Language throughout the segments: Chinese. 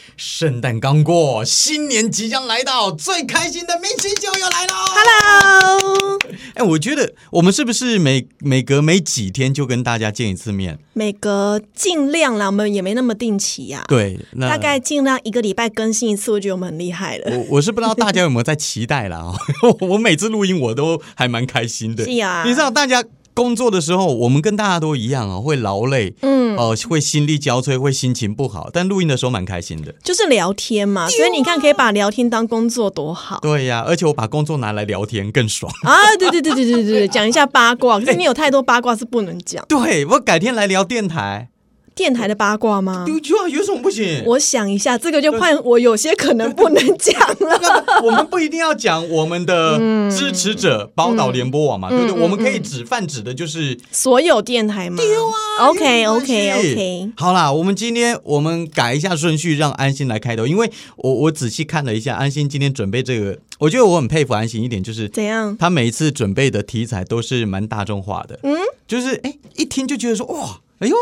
圣诞刚过，新年即将来到，最开心的明星就要来了。 Hello， 我觉得我们是不是每隔没几天就跟大家见一次面？ 每隔尽量啦，我们也没那么定期呀。 对， 大概尽量1个礼拜更新一次，我觉得我们很厉害了。 我是不知道大家有没有在期待啦我每次录音我都还蛮开心的。 是啊， 你知道大家工作的时候，我们跟大家都一样哦，会劳累，会心力交瘁，会心情不好，但录音的时候蛮开心的， 就是聊天嘛，所以你看，可以把聊天当工作多好。 对呀，而且我把工作拿来聊天更爽啊！对，讲一下八卦，可是你有太多八卦是不能讲。 对，我改天来聊电台。 电台的八卦吗？ 有什么不行？ 我想一下，这个就换我有些可能不能讲了。 我们不一定要讲我们的支持者宝岛联播网嘛，对不对？我们可以泛指的就是所有电台嘛。对啊 ，OK。 好啦，今天我们改一下顺序，让安心来开头，因为我仔细看了一下，安心今天准备这个，我觉得我很佩服安心一点，就是怎样？ 他每一次准备的题材都是蛮大众化的，就是一听就觉得说哇。哎呦，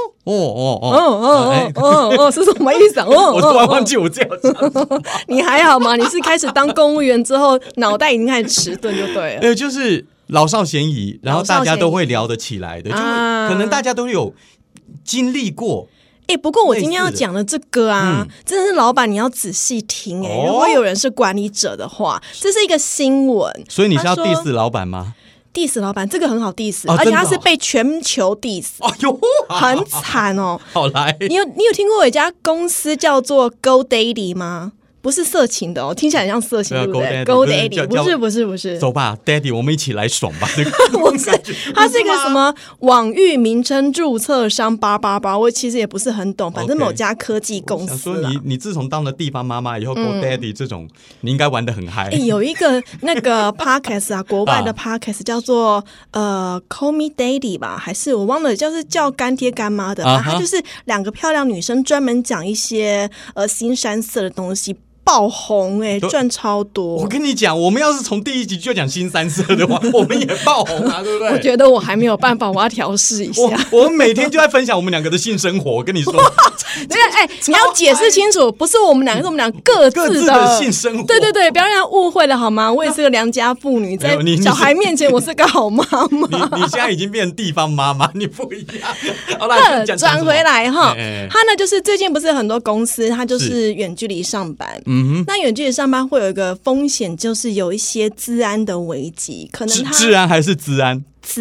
是什么意思啊？ 我突然忘记我这样讲。 你还好吗？你是开始当公务员之后，脑袋已经开始迟钝就对了。 就是老少咸宜，然后大家都会聊得起来的，就可能大家都有经历过。 不过我今天要讲的这个真的是老板你要仔细听如果有人是管理者的话，这是一个新闻。 所以你是要 diss 老板吗 ？diss 老板这个很好 diss，而且他是被全球 diss，很惨哦。 好来， 你有听过有一家公司叫做 GoDaddy 吗？不是色情的听起来很像色情，对不对 ？GoDaddy 不是。 走吧 ，Daddy， 我们一起来爽吧。 不是，它是一个什么网域名称注册商888，我其实也不是很懂，反正某家科技公司。 想说你自从当了地方妈妈以后，GoDaddy 这种你应该玩得很嗨。 有一个那个 podcast 国外的 podcast 叫做Call Me Daddy 吧，还是我忘了，就是叫干爹干妈的，它就是2个漂亮女生专门讲一些新山色的东西。爆红赚超多。 我跟你讲，我们要是从第1集就讲新三色的话，我们也爆红啊，对不对？ 我觉得我还没有办法，我要调试一下。 我们每天就在分享我们2个的性生活。我跟你说， 你要解释清楚，不是我们2个，是我们2个各自的性生活。 对，不要让人误会了好吗？我也是个良家妇女，在小孩面前我是个好妈妈。 你现在已经变成地方妈妈，你不一样。好了， 转回来哈，他呢就是最近不是很多公司，他就是远距离上班。那远距离上班会有一个风险，就是有一些资安的危机，可能治安还是资安？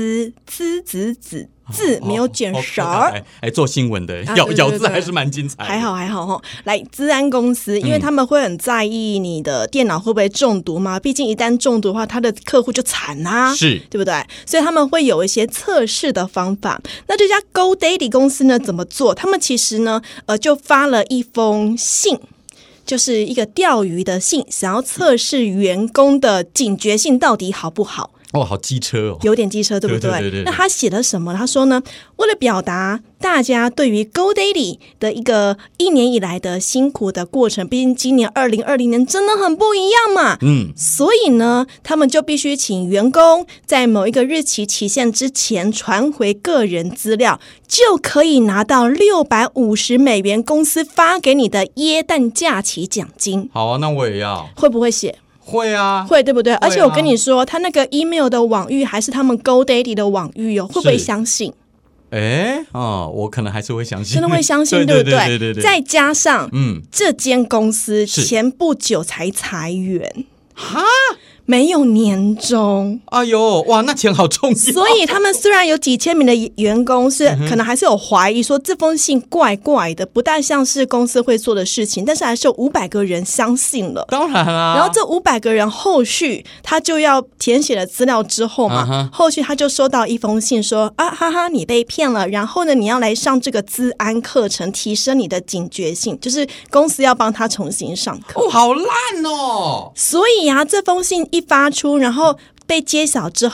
字没有卷舌儿， 做新闻的咬字还是蛮精彩的。 还好来，资安公司，因为他们会很在意你的电脑会不会中毒嘛，毕竟一旦中毒的话，他的客户就惨啦， 是对不对？所以他们会有一些测试的方法。那这家 GoDaddy 公司呢怎么做？他们其实呢就发了一封信。就是一个钓鱼的信，想要测试员工的警觉性到底好不好。 好机车哦， 有点机车，对不对？对。那他写了什么？他说呢，为了表达大家对于 GoDaddy 的一个1年以来的辛苦的过程，毕竟今年2020年真的很不一样嘛，所以呢，他们就必须请员工在某一个日期期限之前传回个人资料，就可以拿到$650公司发给你的耶诞假期奖金。 好啊，那我也要。 会不会写？ 会啊， 会，对不对？而且我跟你说，他那个 email 的网域还是他们 GoDaddy 的网域会不会相信？ 我可能还是会相信， 真的会相信，对不对？ 对。 再加上，这间公司前不久才裁员，哈。没有年终， 哎呦，哇，那钱好重要。 所以他们虽然有几千名的员工，是可能还是有怀疑说这封信怪怪的，不大像是公司会做的事情，但是还是有500个人相信了。 当然啦， 然后这500个人后续他就要填写了资料之后嘛，后续他就收到一封信说你被骗了，然后呢你要来上这个资安课程，提升你的警觉性，就是公司要帮他重新上课。 好烂哦！ 所以这封信一发出，然后被揭晓之后，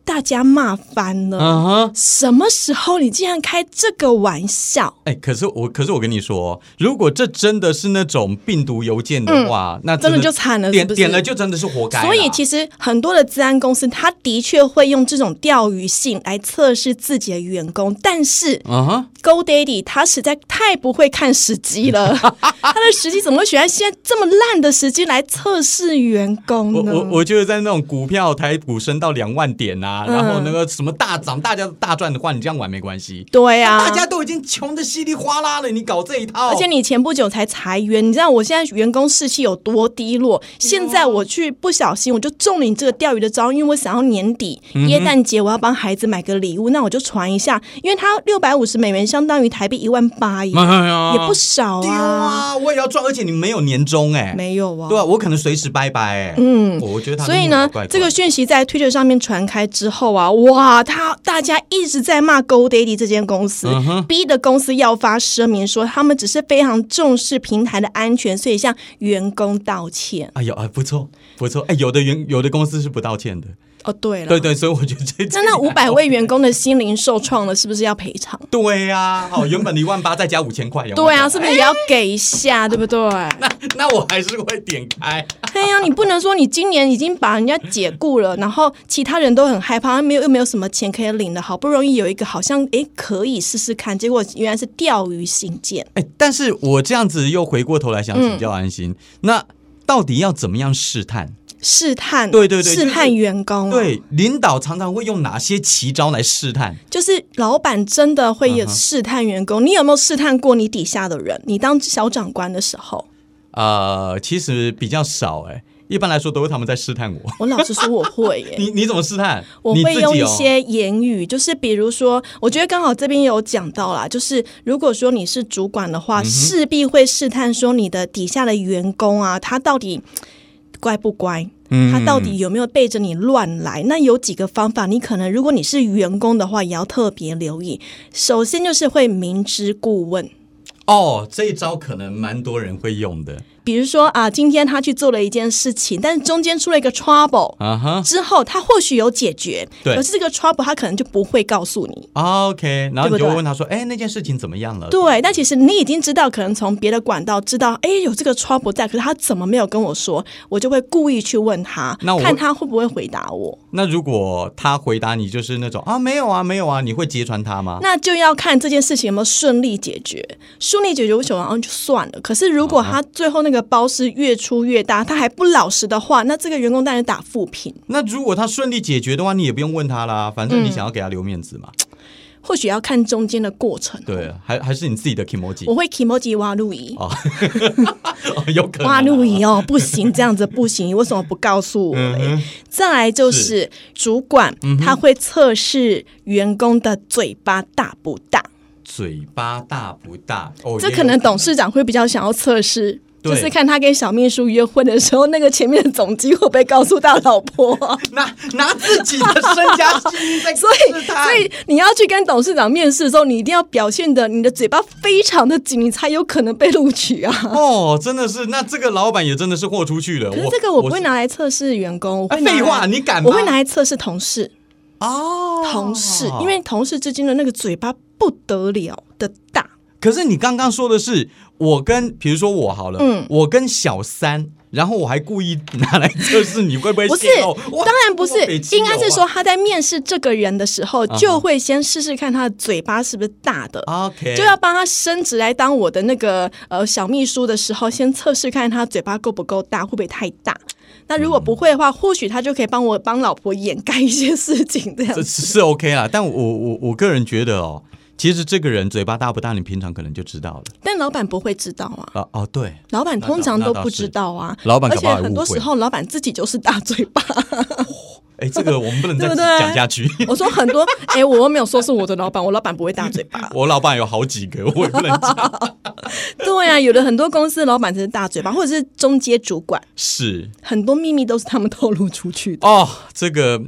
大家骂翻了。什么时候你竟然开这个玩笑？ 可是我跟你说，如果这真的是那种病毒邮件的话，那真的就惨了，是不是？ 点了就真的是活该。 所以其实很多的资安公司，他的确会用这种钓鱼信来测试自己的员工，但是GoDaddy 他实在太不会看时机了，他的时机怎么会选在现在这么烂的时机来测试员工呢？ 我觉得在那种股票台股升到2万点啊，然后那个什么大涨，大家大赚的话，你这样玩没关系。 对啊， 大家都已经穷得稀里哗啦了，你搞这一套， 而且你前不久才裁员，你知道我现在员工士气有多低落？现在我去不小心我就中你这个钓鱼的招，因为我想要年底耶诞节我要帮孩子买个礼物，那我就传一下，因为他$650相当于台币18000也不少啊。 我也要赚，而且你没有年终没有啊？ 对啊，我可能随时拜拜我觉得他所以呢，这个讯息在 Twitter 上面传开之后啊，哇，大家一直在骂 GoDaddy 这间公司，逼的公司要发声明说他们只是非常重视平台的安全，所以向员工道歉。 哎呦，不错不错，有的公司是不道歉的。 对了， 对，所以我觉得那500位员工的心灵受创了，是不是要赔偿？ 对呀，原本18000再加5000块， 对啊，是不是也要给一下，对不对？ 那我还是会点开。 对呀，你不能说你今年已经把人家解雇了，然后其他人都很害怕，又没有什么钱可以领的，好不容易有一个好像可以试试看，结果原来是钓鱼信件。 但是我这样子又回过头来想请教安心，那到底要怎么样试探？对， 试探员工对，领导常常会用哪些奇招来试探？ 就是老板真的会有试探员工，你有没有试探过你底下的人？你当小长官的时候， 其实比较少一般来说都是他们在试探我。 我老实说我会你怎么试探？ 我会用一些言语，就是比如说，我觉得刚好这边有讲到啦，就是如果说你是主管的话，势必会试探说你的底下的员工啊，他到底乖不乖？他到底有没有背着你乱来？那有几个方法，你可能如果你是员工的话，也要特别留意。首先就是会明知故问。 这一招可能蛮多人会用的。 比如说今天他去做了一件事情，但是中间出了一个 trouble，之后他或许有解决，可是这个 trouble 他可能就不会告诉你。 OK， 然后你就问他说，那件事情怎么样了？ 对，但其实你已经知道，可能从别的管道知道，有这个 trouble 在，可是他怎么没有跟我说？我就会故意去问他，看他会不会回答我。 那如果他回答你就是那种没有啊，你会揭穿他吗？ 那就要看这件事情有没有顺利解决。顺利解决，我想就算了。可是如果他最后那个包是越出越大，他还不老实的话，那这个员工当然打负评。 那如果他顺利解决的话，你也不用问他啦，反正你想要给他留面子嘛。 或许要看中间的过程。 对，还是你自己的 kimoji。 我会 kimoji 挖路仪。 有可能挖路仪不行，这样子不行，为什么不告诉我嘞？再来就是主管，他会测试员工的嘴巴大不大。 嘴巴大不大？ 这可能董事长会比较想要测试。就是看他跟小秘书约会的时候，那个前面的总机会不会告诉他老婆？ 拿自己的身家性命在试探。 所以你要去跟董事长面试的时候，你一定要表现的你的嘴巴非常的紧，你才有可能被录取啊！ 真的是，那这个老板也真的是豁出去了。 可是这个我不会拿来测试员工， 废话，你敢吗？ 我会拿来测试同事。同事，因为同事之间的那个嘴巴不得了的大。 可是你刚刚说的是比如说我好了，我跟小三，然后我还故意拿来测试你会不会泄露。 不是，当然不是，应该是说他在面试这个人的时候，就会先试试看他的嘴巴是不是大的。 OK， 就要帮他升职来当我的那个小秘书的时候，先测试看他嘴巴够不够大，会不会太大。那如果不会的话，或许他就可以帮老婆掩盖一些事情，这样子是 OK 啦。但我个人觉得其实这个人嘴巴大不大，你平常可能就知道了， 但老板不会知道啊。 对， 老板通常都不知道啊。 老板而且很多时候，老板自己就是大嘴巴。 这个我们不能再讲下去。 我说很多，我又没有说是我的老板，我老板不会大嘴巴。 我老板有好几个，我也不能讲。 对啊，有的很多公司的老板真是大嘴巴，或者是中阶主管， 是很多秘密都是他们透露出去的。 这个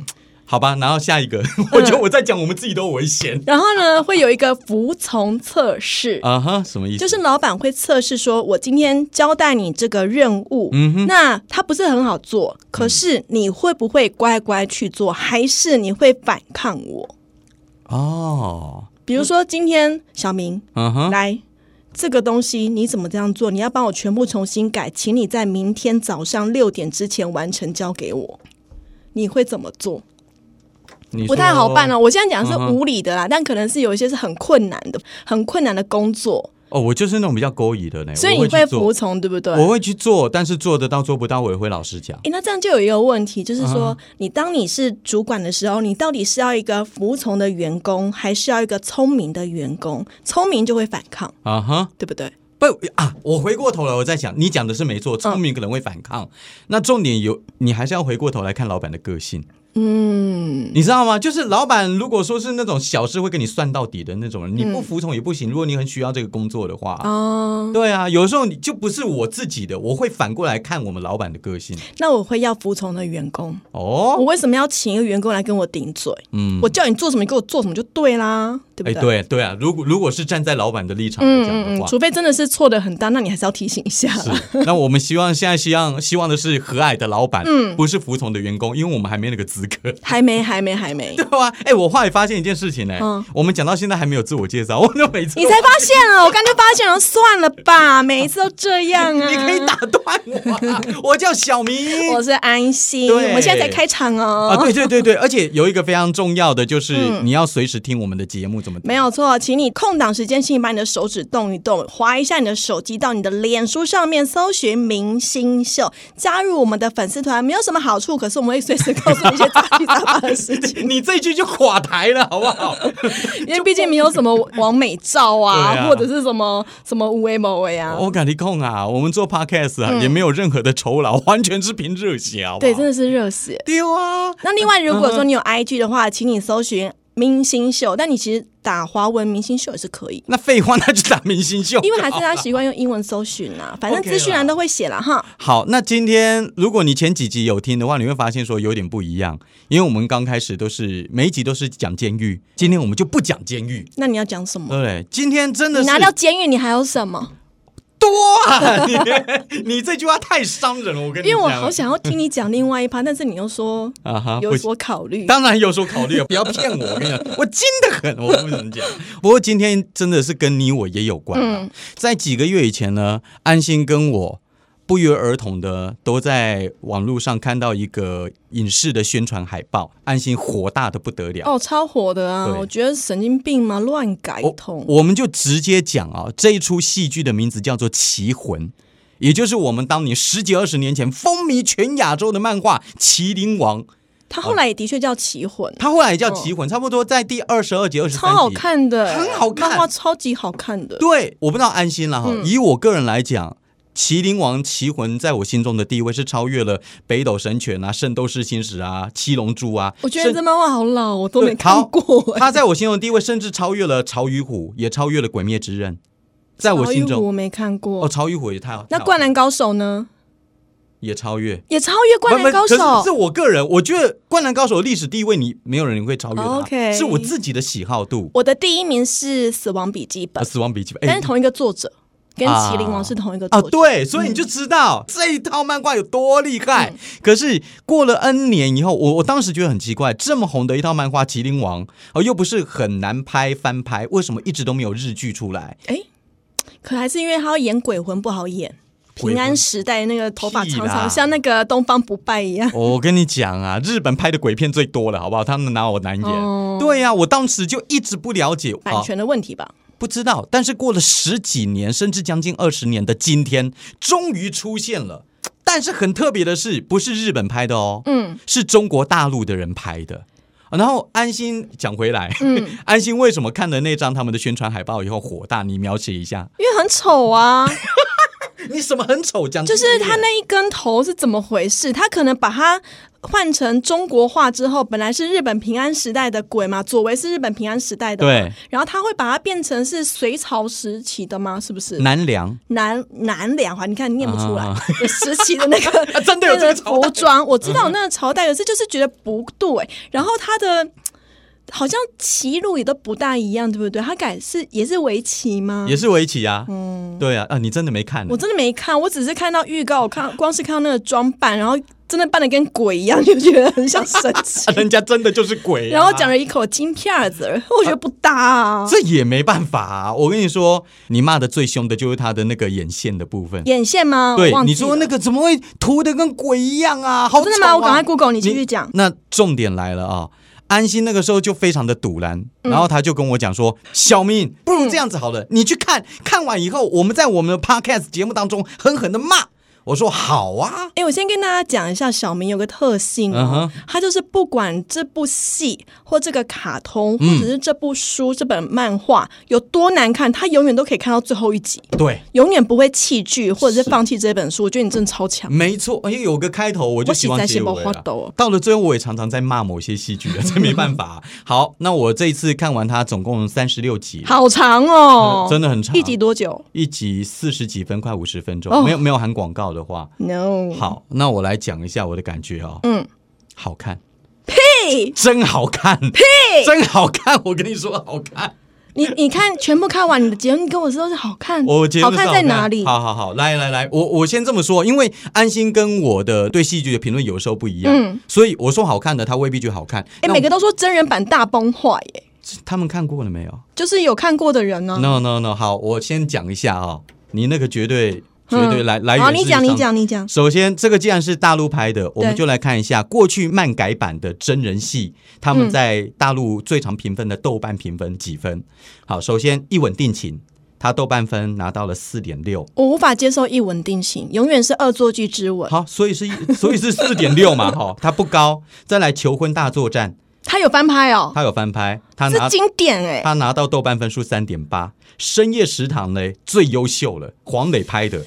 好吧，然后下一个，我在讲我们自己都有危险。 然后呢，会有一个服从测试。 什么意思？ 就是老板会测试说，我今天交代你这个任务，那它不是很好做，可是你会不会乖乖去做，还是你会反抗我？比如说今天小明，来。这个东西你怎么这样做？你要帮我全部重新改，请你在明天早上6点之前完成交给我。你会怎么做？不太好办哦。我现在讲的是无理的啦，但可能是有一些是很困难的工作。 我就是那种比较勾引的呢， 所以你会服从，对不对？ 我会去做，但是做得到做不到，我也会老实讲。 那这样就有一个问题，就是说，当你是主管的时候，你到底是要一个服从的员工，还是要一个聪明的员工？聪明就会反抗，对不对？ 我回过头来我在想，你讲的是没错，聪明可能会反抗。那重点你还是要回过头来看老板的个性。你知道吗？就是老板如果说是那种小事会跟你算到底的那种人，你不服从也不行。如果你很需要这个工作的话，对啊，有时候你就不是我自己的，我会反过来看我们老板的个性。 那我会要服从的员工。我为什么要请一个员工来跟我顶嘴？我叫你做什么，你给我做什么就对啦，对不对？ 对啊，如果是站在老板的立场来讲的话， 除非真的是错的很大，那你还是要提醒一下。 那我们希望的是和蔼的老板，不是服从的员工，因为我们还没那个资格。 还没对吧？我后来发现一件事情呢，我们讲到现在还没有自我介绍，我就每次你才发现了，我刚才发现了，算了吧，每一次都这样啊。 你可以打断我，我叫小明， 我是安心，我们现在才开场哦。 对，而且有一个非常重要的就是你要随时听我们的节目，怎么听？ 没有错，请你空档时间，请你把你的手指动一动，滑一下你的手机到你的脸书上面搜寻明星秀，加入我们的粉丝团，没有什么好处，可是我们会随时告诉你一些杂七杂八的事情。 你这一句就垮台了，好不好？ 因为毕竟没有什么完美照啊，或者是什么无为某为啊。 我跟你讲啊，我们做 podcast 也没有任何的酬劳，完全是凭热血，好不好？ 对，真的是热血。 对啊。 那另外，如果说你有 IG 的话，请你搜寻明星秀，但你其实打华文明星秀也是可以。 那废话，那就打明星秀， 因为还是他习惯用英文搜寻啊，反正资讯栏都会写啦哈。 好，那今天如果你前几集有听的话，你会发现说有点不一样，因为我们刚开始每一集都是讲监狱，今天我们就不讲监狱。 那你要讲什么？ 对，今天真的是你拿掉监狱，你还有什么？ 多啊！你这句话太伤人了，我跟你讲。 因为我好想要听你讲另外一趴，但是你又说有所考虑。 当然有所考虑，不要骗我。我跟你讲，我精得很，我不能讲。不过今天真的是跟你我也有关。在几个月以前呢，安心跟我不约而同的都在网络上看到一个影视的宣传海报，安心火大的不得了。 超火的啊！我觉得神经病嘛，乱改通。 我们就直接讲啊，这一出戏剧的名字叫做《棋魂》，也就是我们当年10几20年前风靡全亚洲的漫画《麒麟王》。 他后来也的确叫棋魂， 他后来也叫棋魂，差不多在第22集、23集， 超好看的， 很好看， 漫画超级好看的。 对，我不知道安心了以我个人来讲，麒麟王棋魂在我心中的地位是超越了北斗神拳啊、圣斗士星矢啊、七龙珠啊。 我觉得这漫画好老，我都没看过。 他在我心中的地位甚至超越了曹与虎，也超越了鬼灭之刃。在我心中， 曹与虎我没看过。 曹与虎也太好。 那灌篮高手呢？ 也超越灌篮高手。 可是我个人，我觉得灌篮高手的历史地位，没有人会超越他。是我自己的喜好度。 我的第一名是死亡笔记本， 死亡笔记本， 但是同一个作者，跟麒麟王是同一个作者。 对，所以你就知道这一套漫画有多厉害。可是过了 N 年以后，我当时觉得很奇怪，这么红的一套漫画《麒麟王》又不是很难拍翻拍，为什么一直都没有日剧出来？ 可还是因为他要演鬼魂不好演。平安时代那个头发长长，像那个东方不败一样。 我跟你讲啊，日本拍的鬼片最多了，好不好？他们哪有难演？对呀，我当时就一直不了解版权的问题吧。 不知道，但是过了10几年，甚至将近20年的今天，终于出现了。但是很特别的是，不是日本拍的哦，是中国大陆的人拍的。然后安心讲回来，安心为什么看了那张他们的宣传海报以后火大？你描写一下。 因为很丑啊。 你什么很丑？讲就是他那一根头是怎么回事？他可能把它换成中国话之后，本来是日本平安时代的鬼嘛，左为是日本平安时代的， 对， 然后他会把它变成是隋朝时期的吗？是不是？ 南梁你看你念不出来，时期的那个真的有这个服装，我知道那个朝代，可是就是觉得不对。然后他的好像旗路也都不大一样，对不对？他也是围棋吗？ 也是围棋啊，对啊，你真的没看？ 我真的没看，我只是看到预告，我光是看到那个装扮，然后真的扮得跟鬼一样，就觉得很想生气。 人家真的就是鬼然后讲了一口金片子，我觉得不搭啊。 这也没办法啊！我跟你说，你骂的最凶的就是他的那个眼线的部分。 眼线吗？ 对，你说那个怎么会涂得跟鬼一样啊？好丑啊！ 真的吗？我赶快 Google， 你继续讲。 那重点来了啊！安心那个时候就非常的堵然，然后他就跟我讲说：“小明，不如这样子好了，你去看完以后，我们在我们的 podcast 节目当中狠狠的骂。”我说好啊！ 我先跟大家讲一下，小明有个特性他就是不管这部戏或这个卡通，或者是这部书、这本漫画有多难看，他永远都可以看到最后一集。 对， 永远不会弃剧或者是放弃这本书。我觉得你真的超强。 没错，因为有个开头我就希望结尾了。到了最后，我也常常在骂某些戏剧了，这没办法。好，那我这一次看完它，总共36集， 好长哦， 真的很长。 一集多久？ 一集40几分，快50分钟，没有含广告的话 ，No。 好，那我来讲一下我的感觉哦。好看， 屁， 真好看， 屁， 真好看。我跟你说，好看。 你看全部看完你的结论，你跟我说是好看，好看在哪里？ 好，来，我先这么说，因为安心跟我的对戏剧的评论有时候不一样，所以我说好看的，他未必觉得好看。 每个都说真人版大崩坏耶， 他们看过了没有？ 就是有看过的人呢。 No， 好，我先讲一下啊，你那个绝对来源。 好，你讲。 首先，这个既然是大陆拍的，我们就来看一下过去漫改版的真人戏，他们在大陆最常评分的豆瓣评分几分？好，首先一吻定情，他豆瓣分拿到了4.6， 我无法接受一吻定情，永远是恶作剧之吻。 好，所以是4.6嘛，哈，他不高。再来求婚大作战。 他有翻拍哦， 他有翻拍， 是经典哎， 他拿到豆瓣分数3.8。深夜食堂呢最优秀了，黄磊拍的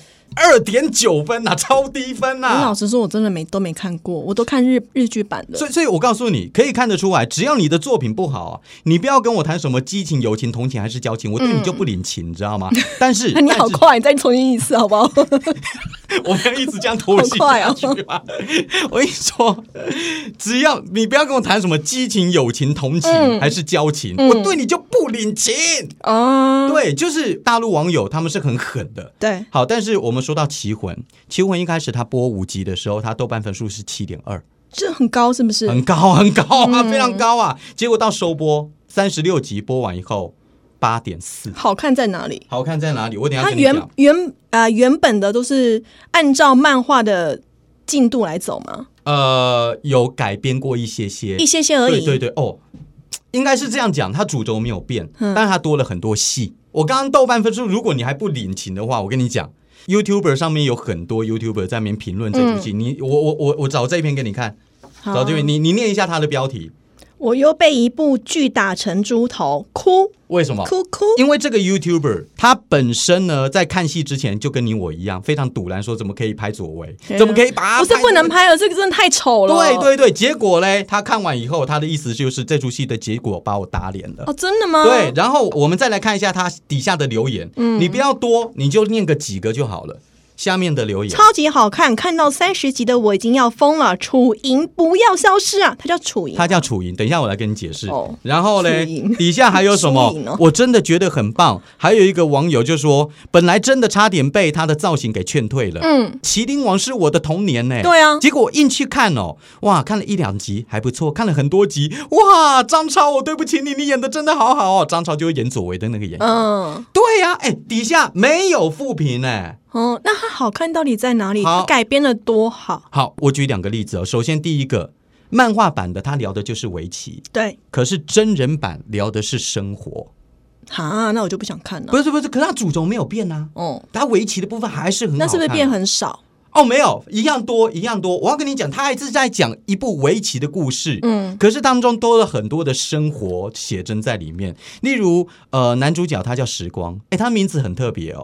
2.9分啊，超低分啊！ 我老实说，我真的都没看过，我都看日剧版的。 所以我告诉你，可以看得出来，只要你的作品不好，你不要跟我谈什么激情、友情、同情还是交情，我对你就不领情，你知道吗？但是你好快，你再重新一次好不好？ 我们要一直这样拖戏下去吧。我跟你说，只要你不要跟我谈什么激情、友情、同情还是交情，我对你就不领情哦。对，就是大陆网友他们是很狠的。 对， 好，但是我们说到棋魂一开始他播5集的时候，他豆瓣分数是7.2， 这很高是不是？ 很高啊，非常高啊。结果到收播36集播完以后8.4， 好看在哪里？ 我等一下跟你讲。 原本的都是按照漫画的进度来走吗？ 有改编过一些而已。 对哦，应该是这样讲，它主轴没有变，但是它多了很多戏。我刚刚豆瓣分数，如果你还不领情的话，我跟你讲 ，YouTuber 上面有很多 YouTuber 在那边评论这部戏。我找这一篇给你看，找这篇，你念一下它的标题。 我又被一部剧打成猪头，哭。 为什么？ 哭？ 因为这个 YouTuber 他本身呢，在看戏之前就跟你我一样，非常堵然说怎么可以拍左为，怎么可以把它不是不能拍了，这个真的太丑了。 对，结果嘞，他看完以后，他的意思就是这出戏的结果把我打脸了。 哦，真的吗？ 对，然后我们再来看一下他底下的留言，你不要多，你就念个几个就好了。下面的留言超级好看，看到30集的我已经要疯了。楚莹不要消失啊！他叫楚莹， 等一下我来跟你解释。然后呢，底下还有什么？我真的觉得很棒。还有一个网友就说，本来真的差点被他的造型给劝退了。麒麟王是我的童年呢。 对啊， 结果硬去看哦，哇，看了1-2集还不错，看了很多集，哇，张超，我对不起你，你演的真的好好哦。张超就演左为的那个演员。对呀，底下没有负评哎。 那它好看到底在哪里？它改编的多好。 好，我举2个例子哦。首先第一个，漫画版的它聊的就是围棋， 对， 可是真人版聊的是生活。 那我就不想看了。 不是，可是它主轴没有变啊。它围棋的部分还是很好看。 那是不是变很少？ 没有，一样多。我要跟你讲，他还是在讲一部围棋的故事，可是当中多了很多的生活写真在里面。例如，男主角他叫时光，他名字很特别哦。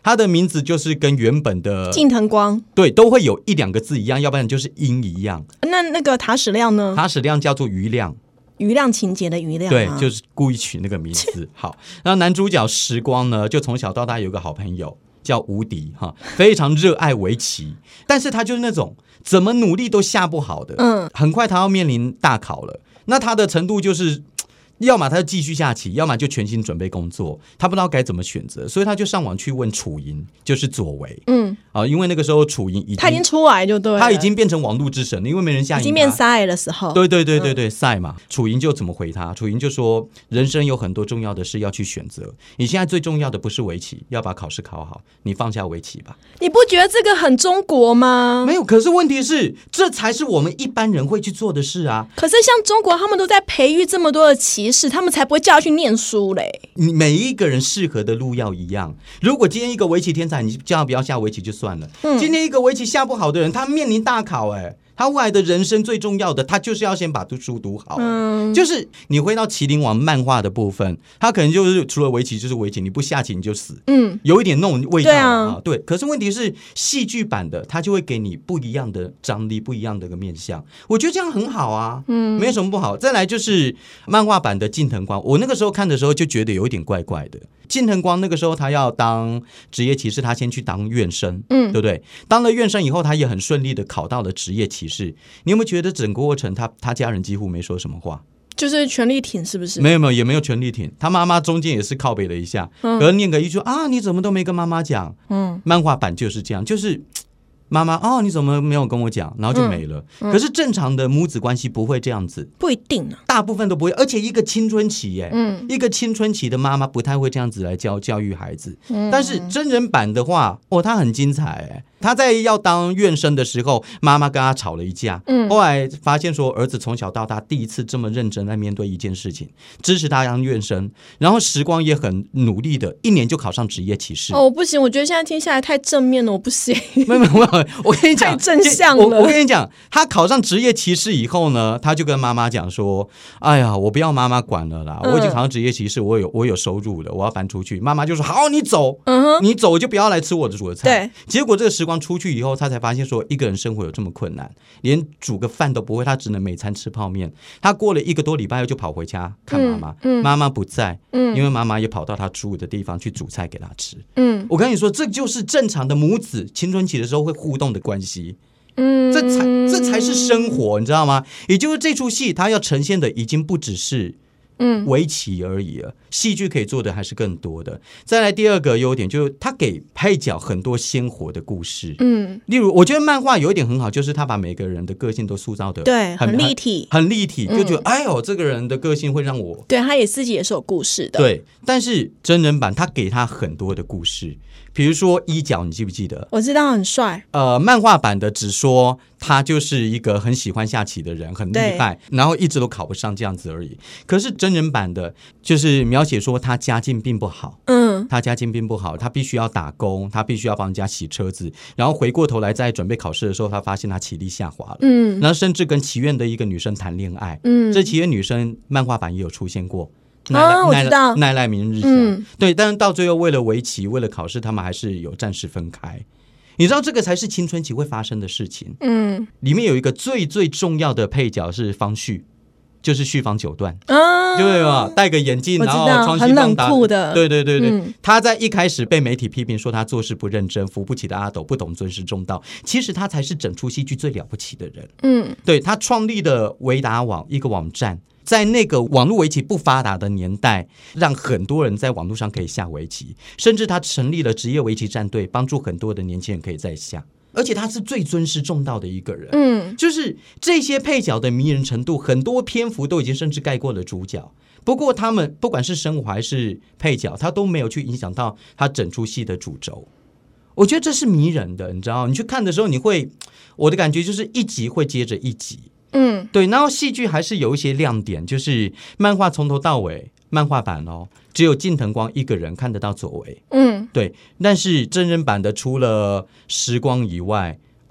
他的名字就是跟原本的近藤光对都会有1-2个字一样，要不然就是音一样。 那个塔矢亮呢？ 塔矢亮叫做余亮， 余亮情节的余亮， 对，就是故意取那个名字。好，那男主角时光呢，就从小到大有个好朋友叫无敌哈，非常热爱围棋，但是他就是那种怎么努力都下不好的。很快他要面临大考了，那他的程度就是要么他就继续下棋，要么就全心准备工作，他不知道该怎么选择，所以他就上网去问楚莹，就是左为。因为那个时候楚莹他已经出来就对了， 他已经变成网络之神了，因为没人下赢他， 已经变赛的时候。 对，赛嘛。楚莹就怎么回他？楚莹就说，人生有很多重要的事要去选择，你现在最重要的不是围棋，要把考试考好，你放下围棋吧。 你不觉得这个很中国吗？ 没有，可是问题是这才是我们一般人会去做的事啊。 可是像中国他们都在培育这么多的棋士，他们才不会叫他去念书嘞。 你每一个人适合的路要一样，如果今天一个围棋天才，你叫他不要下围棋就算了，今天一个围棋下不好的人，他面临大考他未来的人生最重要的，他就是要先把书读好。就是你回到麒麟王漫画的部分，他可能就是除了围棋就是围棋，你不下棋你就死。有一点那种味道。对，可是问题是戏剧版的，他就会给你不一样的张力，不一样的一个面向。我觉得这样很好啊，没什么不好。再来就是漫画版的近藤光，我那个时候看的时候就觉得有一点怪怪的。近藤光那个时候他要当职业棋士，他先去当院生，对不对？当了院生以后，他也很顺利的考到了职业棋士。你有没有觉得整个过程他家人几乎没说什么话？ 就是全力挺是不是？ 没有也没有全力挺，他妈妈中间也是靠北了一下，可能念个一句啊，你怎么都没跟妈妈讲？漫画版就是这样，就是妈妈你怎么没有跟我讲，然后就没了。可是正常的母子关系不会这样子， 不一定啊， 大部分都不会。而且一个青春期一个青春期的妈妈不太会这样子来教育孩子。但是真人版的话他很精彩他在要当院生的时候，妈妈跟他吵了一架，后来发现说儿子从小到大第一次这么认真在面对一件事情，支持他当院生，然后时光也很努力的1年就考上职业棋士。 不行，我觉得现在听下来太正面了，我不行。 没有，我跟你讲， 太正向了。 我跟你讲，他考上职业棋士以后呢，他就跟妈妈讲说：“哎呀，我不要妈妈管了啦，我已经考上职业棋士，我有收入了，我要搬出去。”妈妈就说：“好，你走，你走就不要来吃我的煮的菜。”对，结果这个时光出去以后，他才发现说一个人生活有这么困难，连煮个饭都不会，他只能每餐吃泡面。他过了1个多礼拜就跑回家看妈妈，妈妈不在，因为妈妈也跑到他住的地方去煮菜给他吃。我跟你说，这就是正常的母子青春期的时候会互动的关系。这才是生活，你知道吗？也就是这出戏它要呈现的已经不只是围棋而已了，戏剧可以做的还是更多的。再来第二个优点就是他给配角很多鲜活的故事。例如我觉得漫画有一点很好，就是他把每个人的个性都塑造的对很立体， 很立体，就觉得哎呦这个人的个性会让我对他也自己也是有故事的。 对，但是真人版他给他很多的故事，比如说一角，你记不记得？ 我知道，很帅。 漫画版的只说他就是一个很喜欢下棋的人，很厉害，然后一直都考不上这样子而已。可是真人版的就是描写说他家境并不好，他家境并不好，他必须要打工，他必须要帮人家洗车子，然后回过头来在准备考试的时候，他发现他棋力下滑了，然后甚至跟棋院的一个女生谈恋爱，这棋院女生漫画版也有出现过。 我知道奈良明日香，对，但是到最后为了围棋，为了考试，他们还是有暂时分开。你知道这个才是青春期会发生的事情。里面有一个最最重要的配角是方旭，就是旭方九段，对吧？戴个眼镜，然后双膝放打， 很冷酷的。 对，他在一开始被媒体批评说他做事不认真，扶不起的阿斗，不懂尊师重道。其实他才是整出戏剧最了不起的人。对，他创立的维达网一个网站。在那个网络围棋不发达的年代，让很多人在网络上可以下围棋，甚至他成立了职业围棋战队，帮助很多的年轻人可以再下。而且他是最尊师重道的一个人。就是这些配角的迷人程度，很多篇幅都已经甚至盖过了主角。不过他们不管是生活还是配角，他都没有去影响到他整出戏的主轴。我觉得这是迷人的，你知道，你去看的时候，我的感觉就是一集会接着一集。对，然后戏剧还是有一些亮点，就是漫画从头到尾，漫画版只有近藤光一个人看得到左为。对，但是真人版的除了时光以外，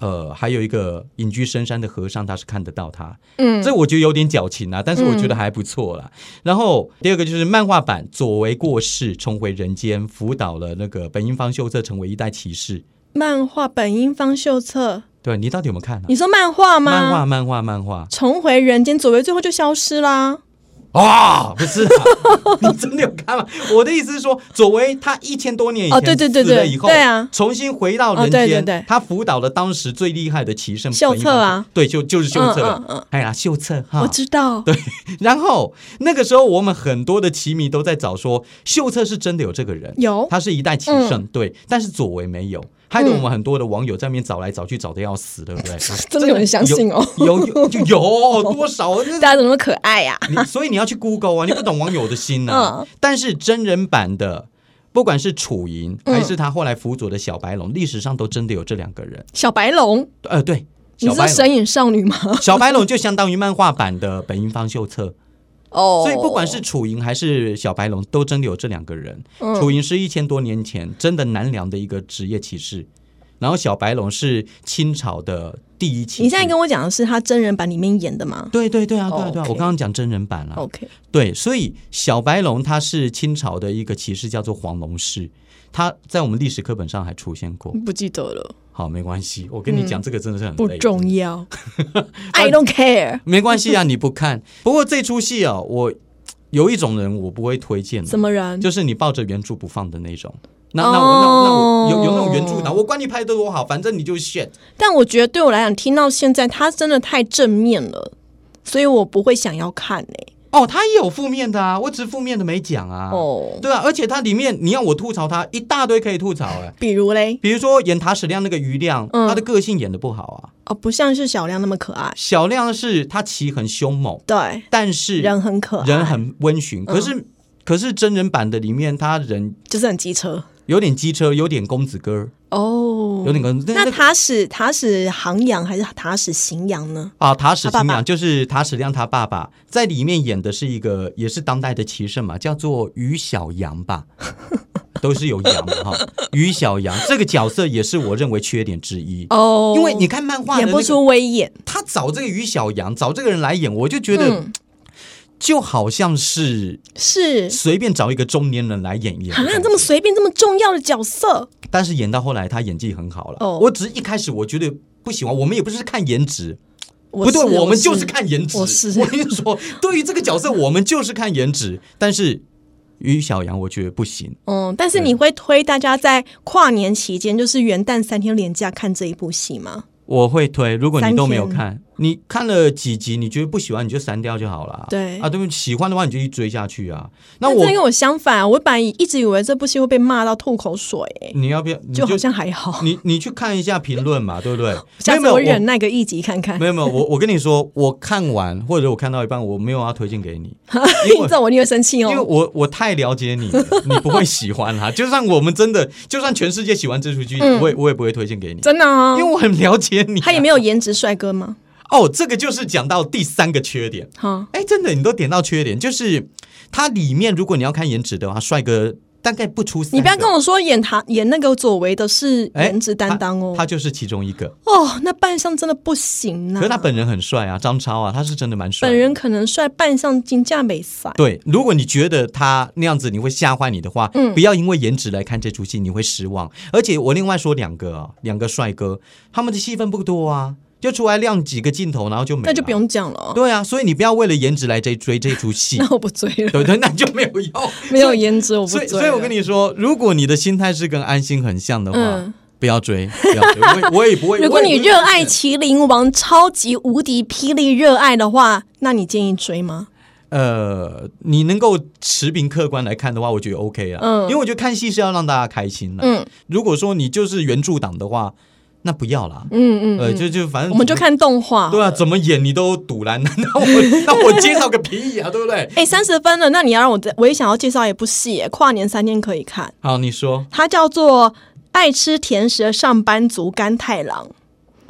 还有一个隐居深山的和尚，他是看得到他。这我觉得有点矫情啊，但是我觉得还不错啦。然后第二个就是漫画版，佐为过世，重回人间，辅导了那个本因坊秀策成为一代骑士。 漫画本因坊秀策， 对，你到底有没有看啊？ 你说漫画吗？ 漫画， 重回人间，佐为最后就消失啦。 不是你真的有看吗？我的意思是说，佐为他1000多年以前死了以后，重新回到人间，他辅导了当时最厉害的骑士秀策啊， 对，就是秀策。哎呀，秀策我知道。 对，然后那个时候我们很多的骑迷都在找说，秀策是真的有这个人， 有， 他是一代骑圣，对，但是佐为没有。害得我们很多的网友在那边找来找去，找得要死，对不对？ 真的有人相信哦？ 有多少？ 大家怎么那么可爱呀？ 所以你要去 Google 啊，你不懂网友的心啊。但是真人版的，不管是楚莹还是他后来辅佐的小白龙，历史上都真的有这2个人。 小白龙？ 对， 你是神隐少女吗？ 小白龙就相当于漫画版的本因坊秀策。所以不管是楚莹还是小白龙，都真的有这2个人。楚莹是1000多年前真的南梁的一个职业骑士，然后小白龙是清朝的第一骑士。 你现在跟我讲的是他真人版里面演的吗？ 对啊，我刚刚讲真人版了。 OK， 对，所以小白龙他是清朝的一个骑士，叫做黄龙士，他在我们历史课本上还出现过， 不记得了。 好，没关系，我跟你讲，这个真的是很累， 不重要。I don't care， 没关系啊，你不看。不过这出戏啊，我有一种人我不会推荐的。 什么人？ 就是你抱着原著不放的那种。那我有那种原著党，我管你拍得多好，反正你就 shit。 但我觉得对我来讲，听到现在他真的太正面了，所以我不会想要看他也有负面的啊，我只是负面的没讲啊。对啊，而且它里面你要我吐槽它一大堆可以吐槽比如嘞， 比如说演塔矢亮那个余亮，他的个性演得不好啊。 不像是小亮那么可爱。 小亮是他骑很凶猛， 对， 但是人很可爱， 人很温驯。可是真人版的里面，他人就是很机车， 有点机车，有点公子哥。有点公子。 那塔矢航洋还是塔矢行洋呢？ 塔矢行洋就是塔矢亮他爸爸在里面演的是一个也是当代的骑士嘛，叫做于小阳吧。都是有羊哈，于小阳这个角色也是我认为缺点之一因为你看漫画演不出威严， 他找这个于小阳找这个人来演，我就觉得就好像是随便找一个中年人来演这么随便这么重要的角色， 但是演到后来他演技很好了。我只是一开始我觉得不喜欢，我们也不是看颜值。不对，我们就是看颜值。我跟你说，对于这个角色我们就是看颜值，但是于小阳我觉得不行。 但是你会推大家在跨年期间，就是元旦3天连假看这一部戏吗？ 我会推，如果你都没有看，你看了几集你觉得不喜欢你就删掉就好了。 对啊，对不对？喜欢的话你就去追下去啊。 那我跟我相反我本来一直以为这部戏会被骂到吐口水你要不要就好像还好， 你去看一下评论嘛，对不对？ 下次我忍耐个1集看看。 没有我跟你说，我看完或者我看到一半我没有要推荐给你你知道我一定会生气因为我太了解你了，你不会喜欢它就算我们真的就算全世界喜欢这出剧我也不会推荐给你， 真的因为我很了解你他也没有颜值帅哥吗？ 这个就是讲到第3个缺点。真的你都点到缺点，就是它里面如果你要看颜值的话，帅哥大概不出3个。 你不要跟我说演那个佐为的是颜值担当他就是其中一个那扮相真的不行啊。 可是他本人很帅啊，张超啊，他是真的蛮帅的。 本人可能帅，扮相金价没帅。 对，如果你觉得他那样子你会吓坏你的话，不要因为颜值来看这出戏，你会失望。而且我另外说两个帅哥，他们的戏份不多啊，就出来亮几个镜头然后就没了， 那就不用讲了。 对啊，所以你不要为了颜值来追这出戏那我不追了。 对，那就没有用没有颜值我不追了。 所以我跟你说，如果你的心态是跟安心很像的话不要追我也不会。 如果你热爱麒麟王超级无敌霹雳热爱的话，那你建议追吗？ 你能够持平客观来看的话我觉得 OK 啊因为我觉得看戏是要让大家开心啦如果说你就是原著党的话那不要啦就反正我们就看动画。 对啊，怎么演你都堵拦那我介绍个屁啊对不对 ？30分了，那你要让我也想要介绍一部戏跨年3天可以看。 好，你说。 它叫做爱吃甜食的上班族甘太郎。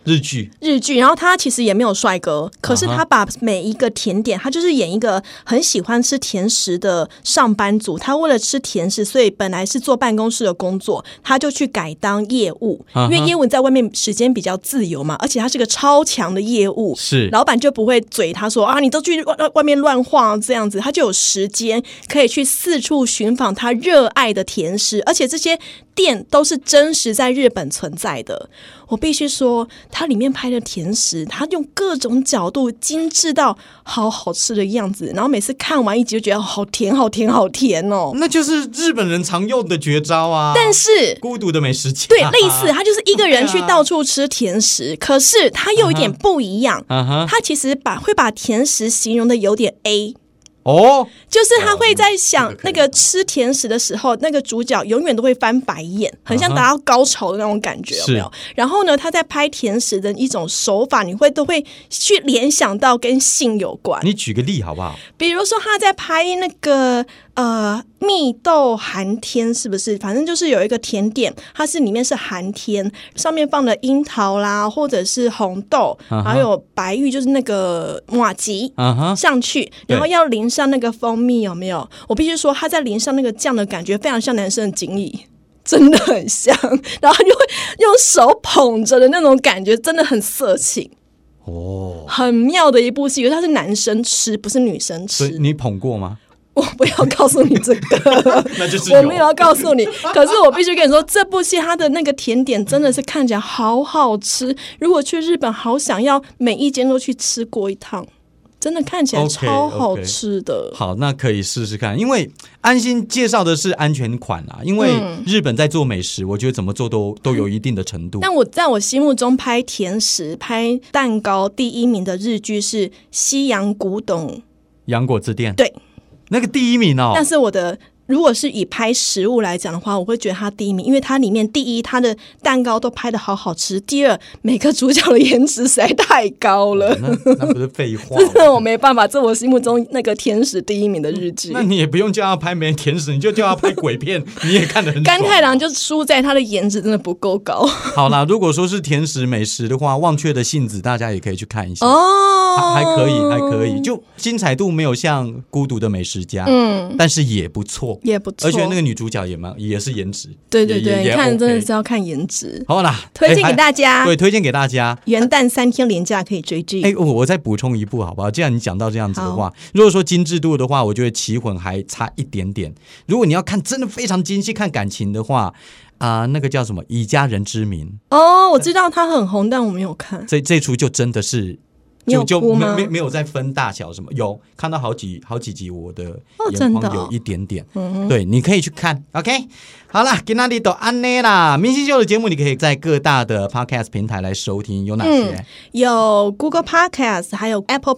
日剧， 然后他其实也没有帅哥，可是他把每一个甜点，他就是演一个很喜欢吃甜食的上班族，他为了吃甜食，所以本来是坐办公室的工作，他就去改当业务，因为业务在外面时间比较自由嘛，而且他是个超强的业务， 是老板就不会嘴他说啊，你都去外面乱晃这样子，他就有时间可以去四处寻访他热爱的甜食，而且这些店都是真实在日本存在的。我必须说，它里面拍的甜食，它用各种角度精致到好好吃的样子，然后每次看完一集就觉得好甜好甜好甜哦， 那就是日本人常用的绝招啊。 但是孤独的美食家， 对，类似他就是一个人去到处吃甜食，可是他有一点不一样，他其实会把甜食形容的有点 A。就是他会在想那个吃甜食的时候，那个主角永远都会翻白眼，很像达到高潮的那种感觉，有没有？然后呢，他在拍甜食的一种手法，你都会去联想到跟性有关。 你举个例好不好？ 比如说他在拍那个蜜豆寒天，是不是？反正就是有一个甜点，它是里面是寒天，上面放了樱桃啦，或者是红豆，还有白玉，就是那个麻糬上去，然后要淋上那个蜂蜜，有没有？我必须说，他在淋上那个酱的感觉非常像男生的精液，真的很像，然后就会用手捧着的那种感觉，真的很色情。很妙的一部戏，因为它是男生吃，不是女生吃。 所以你捧过吗？ 我不要告诉你这个那就是我没有要告诉你，可是我必须跟你说，这部戏它的那个甜点真的是看起来好好吃，如果去日本好想要每一间都去吃过一趟，真的看起来超好吃的。 好，那可以试试看，因为安心介绍的是安全款啦，因为日本在做美食，我觉得怎么做都有一定的程度。 但我在我心目中拍甜食、拍蛋糕第一名的日剧是西洋古董洋果子店， 对， 那个第一名哦。 但是如果是以拍食物来讲的话，我会觉得它第一名，因为它里面第一，它的蛋糕都拍得好好吃；第二，每个主角的颜值实在太高了。 那不是废话？ 真的我没办法，这我心目中那个甜食第一名的日剧。 那你也不用叫他拍没甜食，你就叫他拍鬼片，你也看得很爽。 甘太郎就输在他的颜值真的不够高。 好啦，如果说是甜食美食的话，忘却的性子大家也可以去看一下还可以，就精彩度没有像孤独的美食家，但是也不错。而且那个女主角也是颜值， 对，你看真的是要看颜值。 好啦， 推荐给大家， 对，推荐给大家。 元旦3天连假可以追剧。 我再补充一部好不好？既然你讲到这样子的话，如果说精致度的话，我觉得棋魂还差一点点。如果你要看真的非常精细看感情的话，那个叫什么《以家人之名》 我知道它很红，但我没有看。 这出就真的是。 你有哭吗？ 没有在分大小什么，有看到好几集，我的眼眶有一点点。对，你可以去看。OK， 好啦，今天就安内啦。明星秀的节目你可以在各大的 Podcast 平台来收听，有哪些？ 有 Google Podcast， 还有 Apple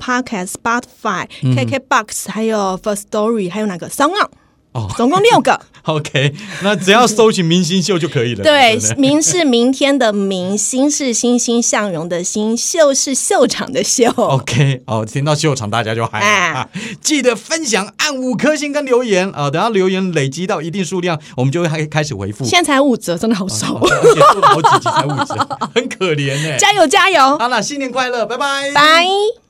Podcast、Spotify、KKBox， 还有 First Story， 还有哪个SoundOn。总共6个。 OK， 那只要搜寻明星秀就可以了。 对，明是明天的明，星是欣欣向荣的欣，秀是秀场的秀。 OK， 听到秀场大家就嗨了。记得分享，按5颗星跟留言等到留言累积到一定数量，我们就会开始回复。 现在才5折，真的好少。 而且做了好几集才5折，很可怜耶。 加油加油！ 好了，新年快乐，拜拜。 拜。